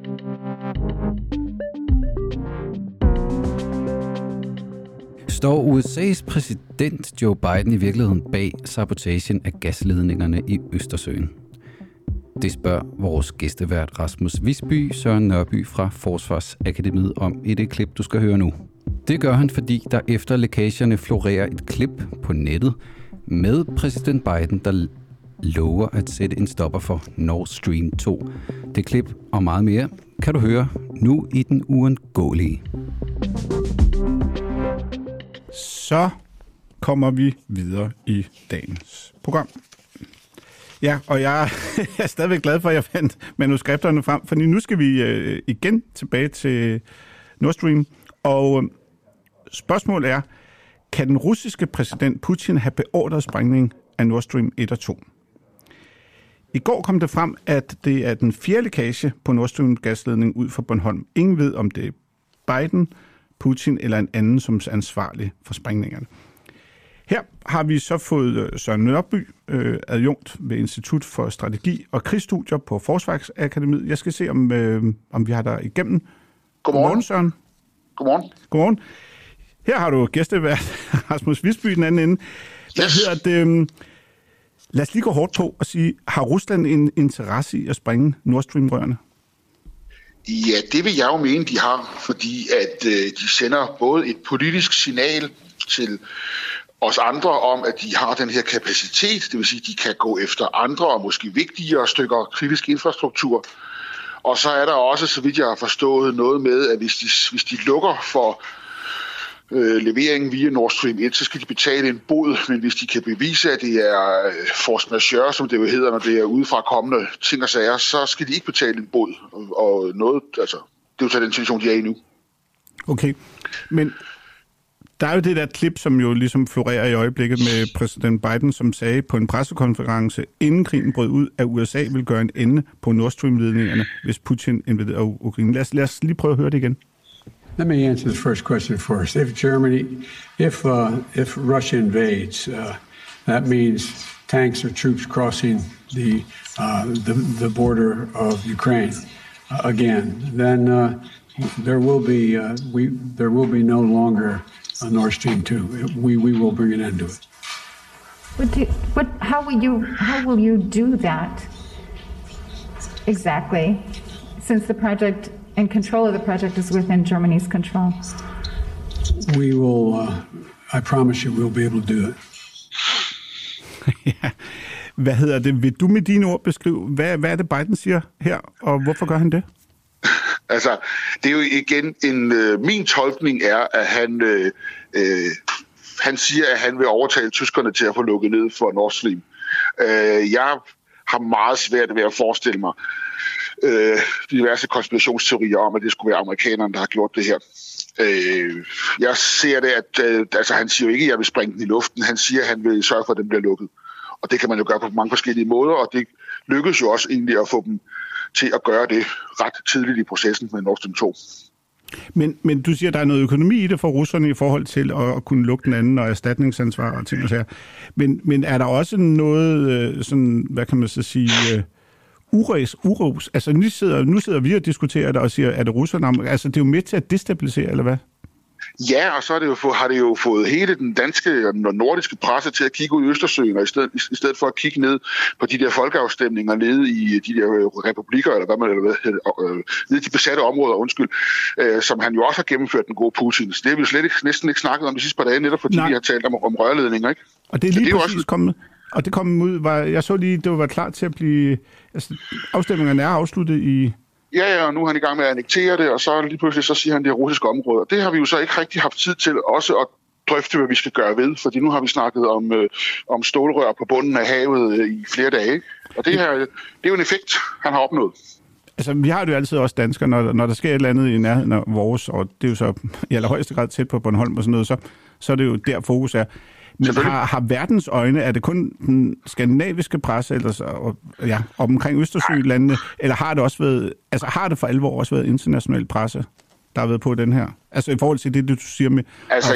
Står USA's præsident Joe Biden i virkeligheden bag sabotagen af gasledningerne i Østersøen? Det spørger vores gæstevært Rasmus Visby Søren Nørby fra Forsvarsakademiet om i det klip, du skal høre nu. Det gør han, fordi der efter lækagerne florerer et klip på nettet med præsident Biden, der lover at sætte en stopper for Nord Stream 2. Det klip og meget mere kan du høre nu i Den Uundgåelige. Så kommer vi videre i dagens program. Ja, og jeg er stadigvæk glad for, at jeg fandt manuskripterne frem, fordi nu skal vi igen tilbage til Nord Stream. Og spørgsmålet er, kan den russiske præsident Putin have beordret sprængning af Nord Stream 1 og 2? I går kom det frem, at det er den 4. lækage på Nord Stream gasledning ud fra Bornholm. Ingen ved, om det er Biden, Putin eller en anden, som er ansvarlig for sprængningerne. Her har vi så fået Søren Nørby, adjunkt ved Institut for Strategi og Krigsstudier på Forsvarsakademiet. Jeg skal se, om vi har der igennem. Godmorgen, Søren. Godmorgen. Her har du gæstevært Rasmus Visby den anden ende. Lad os lige gå hårdt på og sige, har Rusland en interesse i at sprænge Nord Stream-rørene? Ja, det vil jeg jo mene, de har, fordi at de sender både et politisk signal til os andre om, at de har den her kapacitet, det vil sige, at de kan gå efter andre og måske vigtigere stykker kritisk infrastruktur. Og så er der også, så vidt jeg har forstået, noget med, at hvis de lukker for leveringen via Nord Stream 1, så skal de betale en bod, men hvis de kan bevise, at det er force majeure, som det jo hedder, når det er udefra kommende ting og sager, så skal de ikke betale en bod. Og noget, altså, det er jo så den situation, de er i nu. Okay, men der er jo det der klip, som jo ligesom florerer i øjeblikket med præsident Biden, som sagde på en pressekonference, inden krigen brød ud, at USA vil gøre en ende på Nord Stream-ledningerne, hvis Putin invaderer Ukraine. Lad os lige prøve at høre det igen. Let me answer the first question first. If Russia invades, that means tanks or troops crossing the border of Ukraine again. Then there will be no longer a Nord Stream 2. We will bring an end to it. How will you do that exactly? Since the project and control of the project is within Germany's control. We will, I promise you, we'll be able to do it. Ja. Hvad hedder det? Vil du med dine ord beskrive, hvad er det Biden siger her, og hvorfor gør han det? Altså, det er jo igen min tolkning er, at han siger, at han vil overtale tyskerne til at få lukket ned for Nord Stream. Jeg har meget svært ved at forestille mig diverse konspirationsteorier om, at det skulle være amerikanerne, der har gjort det her. Jeg ser det, at han siger jo ikke, at jeg vil springe den i luften. Han siger, at han vil sørge for, at den bliver lukket. Og det kan man jo gøre på mange forskellige måder, og det lykkedes jo også egentlig at få dem til at gøre det ret tidligt i processen med Nord Stream 2. Men du siger, at der er noget økonomi i det for russerne i forhold til at kunne lukke den anden og erstatningsansvar og ting og sager. Men er der også noget, sådan, hvad kan man så sige, uros? Altså nu sidder vi og diskuterer det og siger, er det russerne? Altså det er jo med til at destabilisere, eller hvad? Ja, og så har det jo fået hele den danske og nordiske presse til at kigge ud i Østersøen, og i stedet for at kigge ned på de der folkeafstemninger nede i de der republikker, eller hvad man nede i de besatte områder, som han jo også har gennemført den gode Putin. Så det har vi jo næsten ikke snakket om de sidste par dage, netop fordi vi har talt om rørledninger, ikke? Og det er lige præcis kommet. Og det kom ud, jeg så lige, det var klar til at blive, altså afstemningerne er afsluttet i... Ja, og nu er han i gang med at annektere det, og så lige pludselig så siger han, det er russiske områder. Det har vi jo så ikke rigtig haft tid til også at drøfte, hvad vi skal gøre ved, fordi nu har vi snakket om stålrør på bunden af havet i flere dage, ikke? Og det er jo en effekt, han har opnået. Altså, vi har det jo altid også danskere, når der sker et eller andet i nærheden af vores, og det er jo så i allerhøjeste grad tæt på Bornholm og sådan noget, så er det jo der fokus er. Men har verdens øjne, er det kun den skandinaviske presse eller omkring Østersølandene, eller har det også været, altså har det for alvor også været international presse der har været på den her? Altså i forhold til det, du siger med... Altså,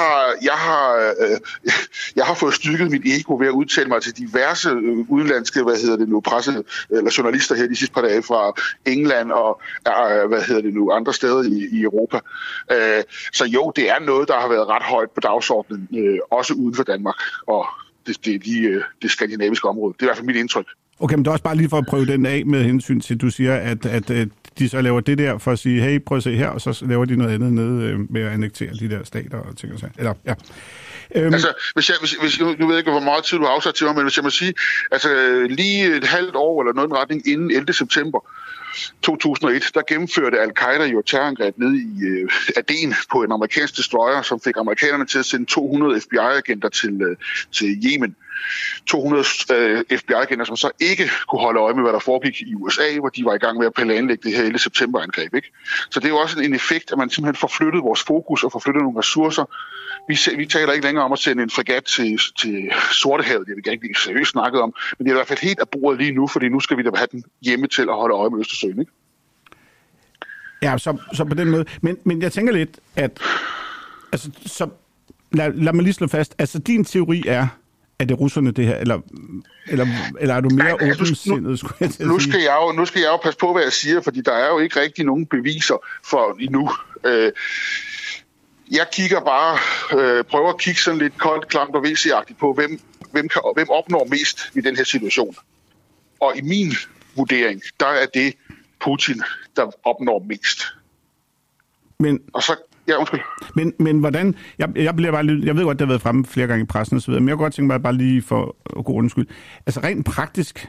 jeg har fået styrket mit ego ved at udtale mig til diverse udenlandske, presse eller journalister her de sidste par dage fra England og andre steder i Europa. Så jo, det er noget, der har været ret højt på dagsordenen, også uden for Danmark og det skandinaviske område. Det er i hvert fald mit indtryk. Okay, men det er også bare lige for at prøve den af med hensyn til, du siger, at de så laver det der for at sige, hey, prøv at se her, og så laver de noget andet nede med at annektere de der stater og ting og sager. Eller, ja. Altså, hvis nu ved jeg ikke, hvor meget tid du har afsat til mig, men hvis jeg må sige, altså lige et halvt år eller noget en retning inden 11. september 2001, der gennemførte Al-Qaida jo terrorangreb nede i Aden på en amerikansk destroyer, som fik amerikanerne til at sende 200 FBI-agenter til Yemen. 200 FBI-agenter, som så ikke kunne holde øje med, hvad der foregik i USA, hvor de var i gang med at planlægge det her 11. september-angreb. Ikke? Så det er jo også en effekt, at man simpelthen får flyttet vores fokus og får flyttet nogle ressourcer. Vi taler ikke længere om at sende en fregat til Sortehavet, det har vi ikke seriøst snakket om, men det er i hvert fald helt af bordet lige nu, fordi nu skal vi da have den hjemme til at holde øje med Østersøen, ikke? Ja, så på den måde. Men jeg tænker lidt, at altså, så lad mig lige slå fast, altså din teori er det russerne det her, eller er du mere åbensindet, skulle jeg til at sige? Nu skal jeg jo passe på, hvad jeg siger, fordi der er jo ikke rigtig nogen beviser for endnu. Jeg kigger bare, prøver at kigge sådan lidt koldt, klamt og VC-agtigt på, hvem opnår mest i den her situation. Og i min vurdering, der er det Putin, der opnår mest. Og så, ja, undskyld. Men hvordan, jeg bliver bare lidt, jeg ved godt, det har været fremme flere gange i pressen og så videre, men jeg kunne godt tænke mig bare lige for god undskyld. Altså rent praktisk,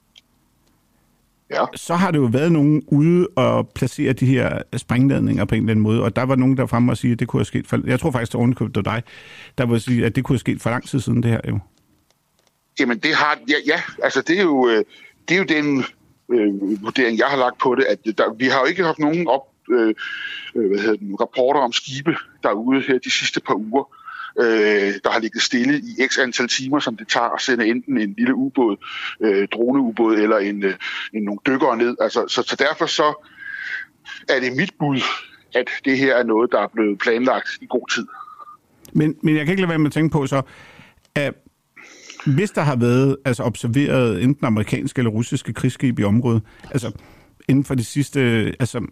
ja. Så har det jo været nogen ude og placere de her sprængladninger på en eller anden måde, og der var nogen der fremme og sige, at det kunne have sket for... Jeg tror faktisk, det var dig, der vil sige, at det kunne have sket for lang tid siden, det her jo. Jamen, det har... Ja, altså det er jo den vurdering, jeg har lagt på det, at vi har jo ikke haft nogen rapporter om skibe derude her de sidste par uger, der har ligget stille i x antal timer, som det tager at sende enten en lille ubåd, droneubåd eller nogle dykkere ned. Altså, så derfor så er det mit bud, at det her er noget, der er blevet planlagt i god tid. Men jeg kan ikke lade være med at tænke på så, at hvis der har været observeret enten amerikanske eller russiske krigsskibe i området, altså inden for de sidste... Altså,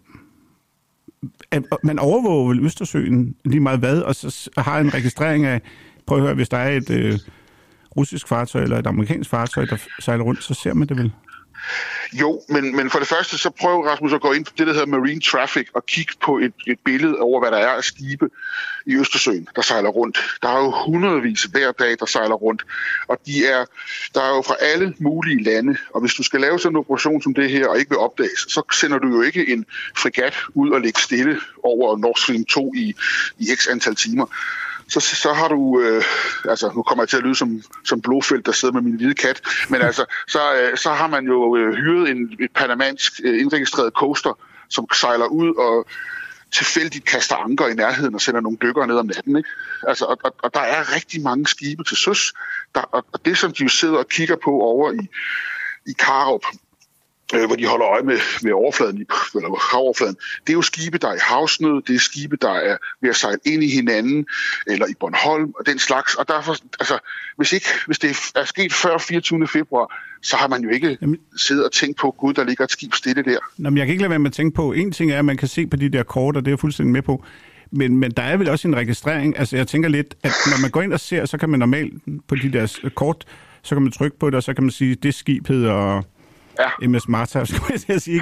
man overvåger vel Østersøen lige meget hvad, og så har en registrering af, prøv at høre, hvis der er et russisk fartøj eller et amerikansk fartøj, der sejler rundt, så ser man det vel? Jo, men for det første, så prøv Rasmus at gå ind på det, der hedder Marine Traffic, og kigge på et billede over, hvad der er af skibe i Østersøen, der sejler rundt. Der er jo hundredvis hver dag, der sejler rundt, og der er jo fra alle mulige lande, og hvis du skal lave sådan en operation som det her, og ikke vil opdages, så sender du jo ikke en fregat ud og lægge stille over Nord Stream 2 i x antal timer. Så har du, nu kommer jeg til at lyde som Blofeld, der sidder med min hvide kat, men så har man jo hyret et panamansk indregistreret coaster, som sejler ud og tilfældigt kaster anker i nærheden og sender nogle dykkere ned om natten, ikke? Og der er rigtig mange skibe til søs, og det som de jo sidder og kigger på over i Karup, hvor de holder øje med overfladen, eller havoverfladen. Det er jo skibe, der er i havsnød, det er skibe, der er ved at sejle ind i hinanden, eller i Bornholm, og den slags. Og derfor, hvis det er sket før 24. februar, så har man jo ikke siddet og tænkt på, gud, der ligger et skib stille der. Nå, men jeg kan ikke lade være med at tænke på, en ting er, at man kan se på de der kort, og det er jeg fuldstændig med på, men der er vel også en registrering. Altså, jeg tænker lidt, at når man går ind og ser, så kan man normalt på de der kort, så kan man trykke på det, og så kan man sige, det skib hedder... Ja. MS Martha, skulle jeg sige.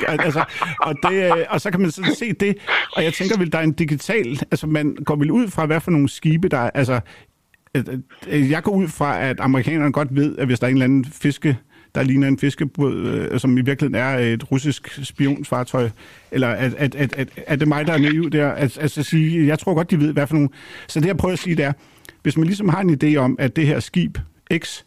Og så kan man sådan se det, og jeg tænker vel, der er en digital, altså man går vel ud fra, hvad for nogle skibe, der er, altså, jeg går ud fra, at amerikanerne godt ved, at hvis der er en eller anden fiske, der ligner en fiskebåd, som i virkeligheden er et russisk spionsfartøj, eller at det mig, der er naiv der, altså sige, jeg tror godt, de ved, hvad for nogle, så det jeg prøver at sige, det er, hvis man ligesom har en idé om, at det her skib X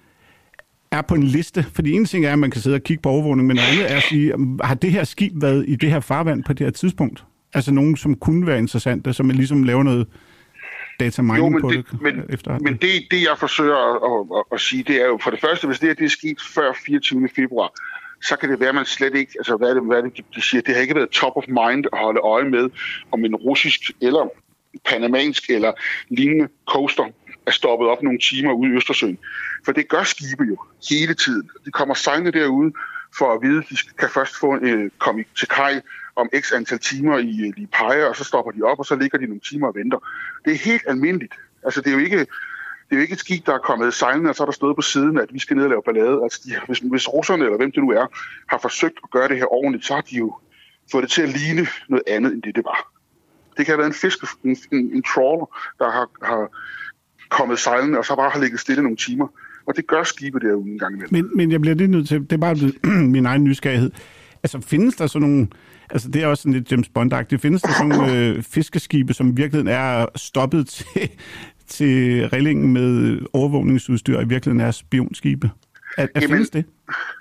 er på en liste, fordi en ting er, at man kan sidde og kigge på overvågning, men noget andet er at sige, har det her skib været i det her farvand på det her tidspunkt? Altså nogen, som kunne være interessante, som man ligesom laver noget data mining på det efter. Men det jeg forsøger at sige, det er jo for det første, hvis det er sket før 24. februar, så kan det være, at man slet ikke, altså hvad er det, de siger, det har ikke været top of mind at holde øje med, om en russisk eller panamansk eller lignende coaster er stoppet op nogle timer ude i Østersøen. For det gør skibe jo hele tiden. De kommer sejlende derude for at vide, at de kan først komme til kaj om x antal timer i Liepāja, og så stopper de op, og så ligger de nogle timer og venter. Det er helt almindeligt. Altså det er jo ikke et skib, der er kommet sejlende, og så er der stået på siden, at vi skal ned og lave ballade. Altså hvis russerne, eller hvem det nu er, har forsøgt at gøre det her ordentligt, så har de jo fået det til at ligne noget andet, end det var. Det kan have været en trawler, der har kommet sejlende, og så bare har ligget stille nogle timer. Og det gør skibet derude en gang imellem. Men jeg bliver lidt nødt til, det er bare min egen nysgerrighed. Altså findes der sådan nogle, altså det er også sådan lidt James Bond-agtigt, findes der sådan nogle fiskeskibe, som virkelig er stoppet til rillingen med overvågningsudstyr, og i virkeligheden er spionskibe? Findes det?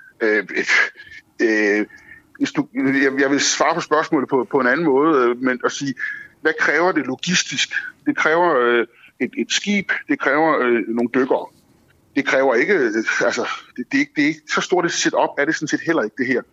Jeg vil svare på spørgsmålet på en anden måde, men at sige, hvad kræver det logistisk? Det kræver et skib, det kræver nogle dykkere. Det kræver ikke, altså, det er ikke så stort et setup, er det sådan set heller ikke det her.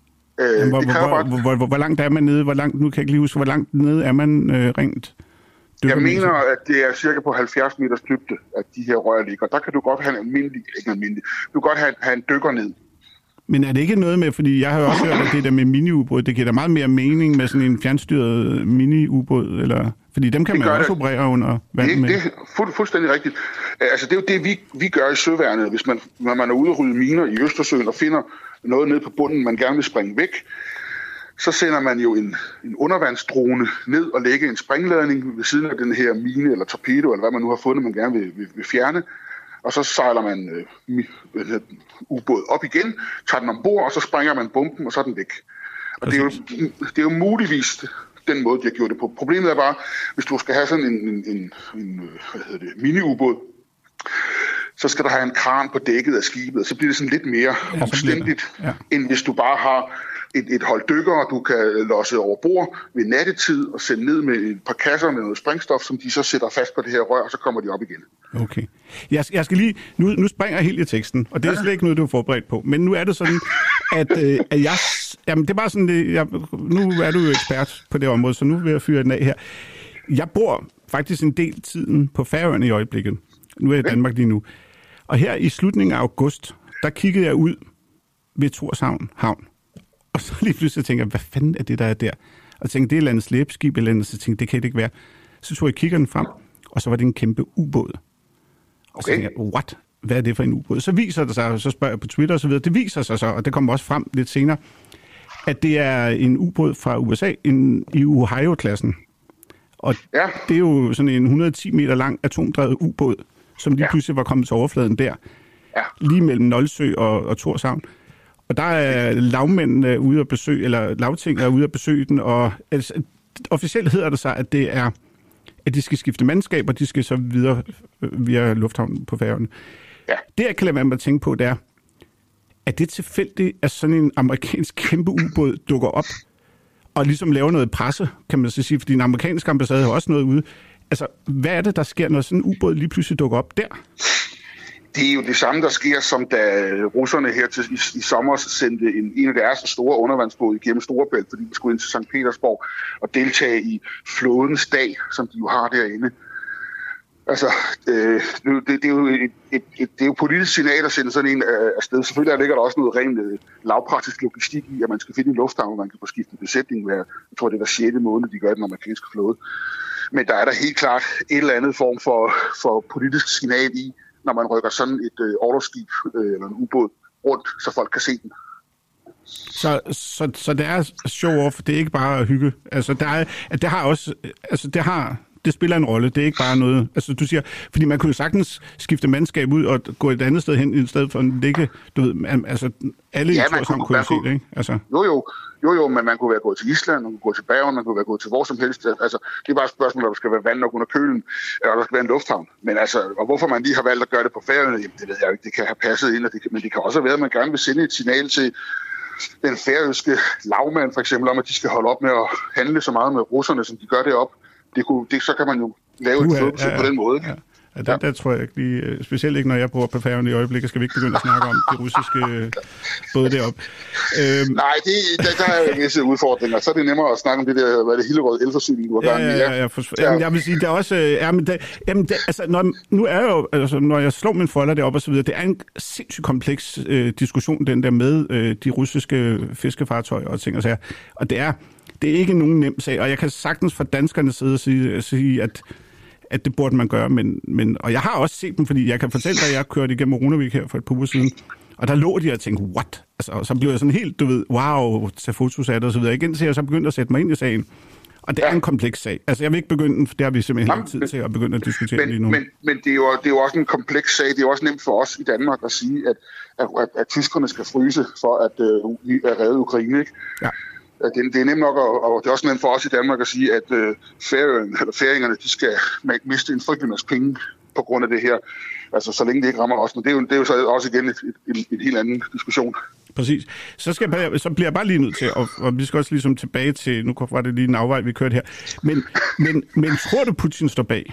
Hvor langt er man nede? Nu kan jeg ikke lige huske, hvor langt nede er man rent? Jeg mener, at det er cirka på 70 meters dybde, at de her rør ligger. Der kan du godt have du kan godt have en dykker ned. Men er det ikke noget med, fordi jeg har jo også hørt, at det der med mini-ubåd, det giver da meget mere mening med sådan en fjernstyret mini-ubåd, eller fordi dem kan man også operere under vand med. Det er fuldstændig rigtigt. Altså det er jo det, vi gør i søværnet, hvis når man er ude og rydde miner i Østersøen og finder noget nede på bunden, man gerne vil springe væk, så sender man jo en undervandsdrone ned og lægger en sprængladning ved siden af den her mine eller torpedo, eller hvad man nu har fundet, man gerne vil fjerne. Og så sejler man ubåd op igen, tager den ombord, og så sprænger man bomben, og så er den væk. Og det er jo muligvis den måde, de har gjort det på. Problemet er bare, hvis du skal have sådan en mini-ubåd, så skal der have en kran på dækket af skibet, og så bliver det sådan lidt mere omstændigt, end hvis du bare har et hold dykkere, du kan losse over bord ved nattetid og sende ned med et par kasser med noget sprængstof, som de så sætter fast på det her rør, og så kommer de op igen. Okay. Jeg skal lige... Nu springer jeg helt i teksten, og det er slet ikke noget, du er forberedt på. Men nu er det sådan, at jeg... Jamen, det er bare sådan... Nu er du jo ekspert på det område, så nu vil jeg fyre den af her. Jeg bor faktisk en del tiden på Færøerne i øjeblikket. Nu er jeg i Danmark lige nu. Og her i slutningen af august, der kiggede jeg ud ved Tórshavn havn. Og så lige pludselig tænker jeg, hvad fanden er det, der er der? Og tænkte, det er et eller andet slæbeskib, eller andet, så tænkte det kan det ikke være. Så tog jeg kiggeren frem, og så var det en kæmpe ubåd. Og så tænkte jeg, what? Hvad er det for en ubåd? Så viser det sig, og så spørger jeg på Twitter og så videre, det viser sig så, og det kommer også frem lidt senere, at det er en ubåd fra USA, i Ohio-klassen. Og det er jo sådan en 110 meter lang atomdrevet ubåd, som lige pludselig var kommet til overfladen der, lige mellem Nolsø og Tórshavn. Og der er lavmændene ude at besøge, eller lavting er ude at besøge den, og altså, officielt hedder det sig, at det er, at de skal skifte mandskab, og de skal så videre via lufthavnen på Færøerne. Ja. Det, jeg kan lade være med at tænke på, det er, at det tilfældigt, at sådan en amerikansk kæmpe ubåd dukker op, og ligesom laver noget presse, kan man så sige, fordi den amerikanske ambassade har også noget ude. Altså, hvad er det, der sker, når sådan en ubåd lige pludselig dukker op der? Det er jo det samme, der sker, som da russerne her i sommer sendte en af deres store undervandsbåde igennem Storebælt, fordi de skulle ind til Sankt Petersborg og deltage i flådens dag, som de jo har derinde. Altså, det er jo politisk signal at sende sådan en afsted. Selvfølgelig ligger der også noget rent lavpraktisk logistik i, at man skal finde en lufthavn, hvor man kan få skiftet besætning. Jeg tror, det er hver 6. måned, de gør den amerikanske flåde. Men der er der helt klart et eller andet form for politisk signal i, når man rykker sådan et orlogsskib eller en ubåd rundt, så folk kan se den. Så det er show-off, det er ikke bare hygge. Altså, det har også... Altså, det spiller en rolle. Det er ikke bare noget... Altså, du siger... Fordi man kunne jo sagtens skifte mandskab ud og gå et andet sted hen, i stedet for at ligge... Du ved, altså, alle i Tórshavn kunne se det, ikke? Altså. Jo, men man kunne være gået til Island, man kunne gå til Bergen, man kunne være gået til hvor som helst. Altså, det er bare et spørgsmål, at der skal være vand nok under kølen, eller der skal være en lufthavn. Men altså, og hvorfor man lige har valgt at gøre det på Færøerne, jamen, det ved jeg ikke. Det kan have passet ind, men det kan også være, at man gerne vil sende et signal til den færøske lavmand, for eksempel, om at de skal holde op med at handle så meget med russerne, som de gør det op. Så kan man jo lave et flådebesøg på den måde. Ja, der tror jeg ikke lige, specielt ikke, når jeg bor på Færøerne i øjeblikket, skal vi ikke begynde at snakke om det russiske både deroppe. Nej, der er jo visse udfordringer. Så er det nemmere at snakke om det der, hvad det Hillerød elforsyning, du har gang i. Jamen, jeg vil sige, der er også, altså, når jeg slår min folder deroppe og så videre, det er en sindssygt kompleks diskussion, den der med de russiske fiskefartøjer og ting og sager. Og det er ikke nogen nem sag, og jeg kan sagtens fra danskerne sidde og sige at det burde man gøre, men og jeg har også set dem, fordi jeg kan fortælle dig, at jeg kørte igennem Runavík her for et par uger siden, og der lå de og tænkte, what? Altså, og så blev jeg sådan helt, wow, tage fotos af det og så videre. Igen til jeg så begyndte at sætte mig ind i sagen. Og det er en kompleks sag. Altså, jeg vil ikke begynde, for det har vi simpelthen ikke tid til at begynde at diskutere lige nu. Men det er jo også en kompleks sag. Det er jo også nemt for os i Danmark at sige, at tyskerne skal fryse for at redde Ukraine, ikke? Ja. Det er nemt nok, og det er også nemt for os i Danmark at sige, at færingerne, de skal miste en frygtelig masse penge på grund af det her. Altså, så længe det ikke rammer os. Men det er jo så også igen en helt anden diskussion. Præcis. Så bliver jeg bare lige nødt til, og vi skal også ligesom tilbage til, nu var det lige en afvej, vi kørte her. Men tror du, Putin står bag?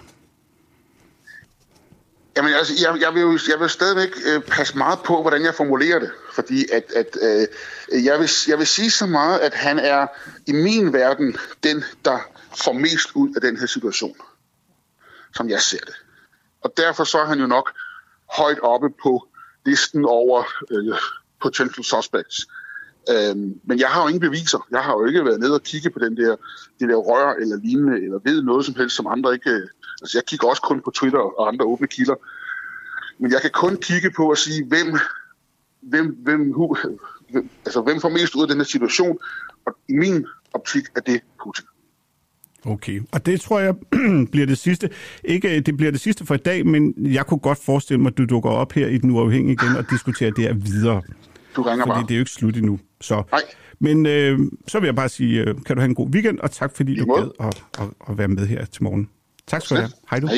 Jamen altså, jeg vil stadigvæk passe meget på, hvordan jeg formulerer det. Fordi jeg vil sige så meget, at han er i min verden den, der får mest ud af den her situation, som jeg ser det. Og derfor så er han jo nok højt oppe på listen over potential suspects. Men jeg har jo ingen beviser. Jeg har jo ikke været nede og kigge på det der rør eller lignende, eller ved noget som helst, som andre ikke... Altså, jeg kigger også kun på Twitter og andre åbne kilder. Men jeg kan kun kigge på at sige, hvem får mest ud af den her situation. Og i min optik er det Putin. Okay, og det tror jeg bliver det sidste. Ikke, det bliver det sidste for i dag, men jeg kunne godt forestille mig, at du dukker op her i Den Uafhængige igen og diskuterer det her videre. Du ringer bare. Fordi det er jo ikke slut endnu. Så. Nej. Men så vil jeg bare sige, kan du have en god weekend, og tak fordi du gad at være med her til morgen. Tak skal du have. Hej du. Hej.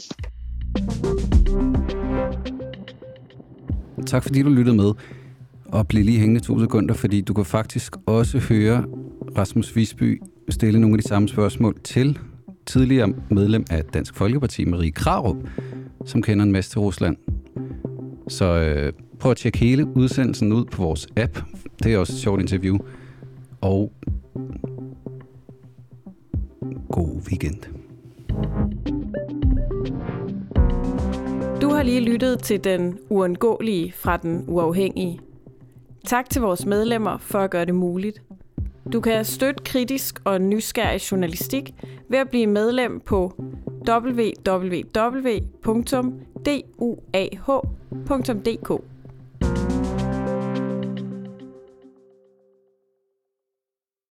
Tak fordi du lyttede med, og bliv lige hængende 2 sekunder, fordi du kan faktisk også høre Rasmus Visby stille nogle af de samme spørgsmål til tidligere medlem af Dansk Folkeparti, Marie Krarup, som kender en masse til Rusland. Så prøv at tjekke hele udsendelsen ud på vores app. Det er også et sjovt interview. Og god weekend. Du har lige lyttet til Den Uundgåelige fra Den Uafhængige. Tak til vores medlemmer for at gøre det muligt. Du kan støtte kritisk og nysgerrig journalistik ved at blive medlem på www.duah.dk.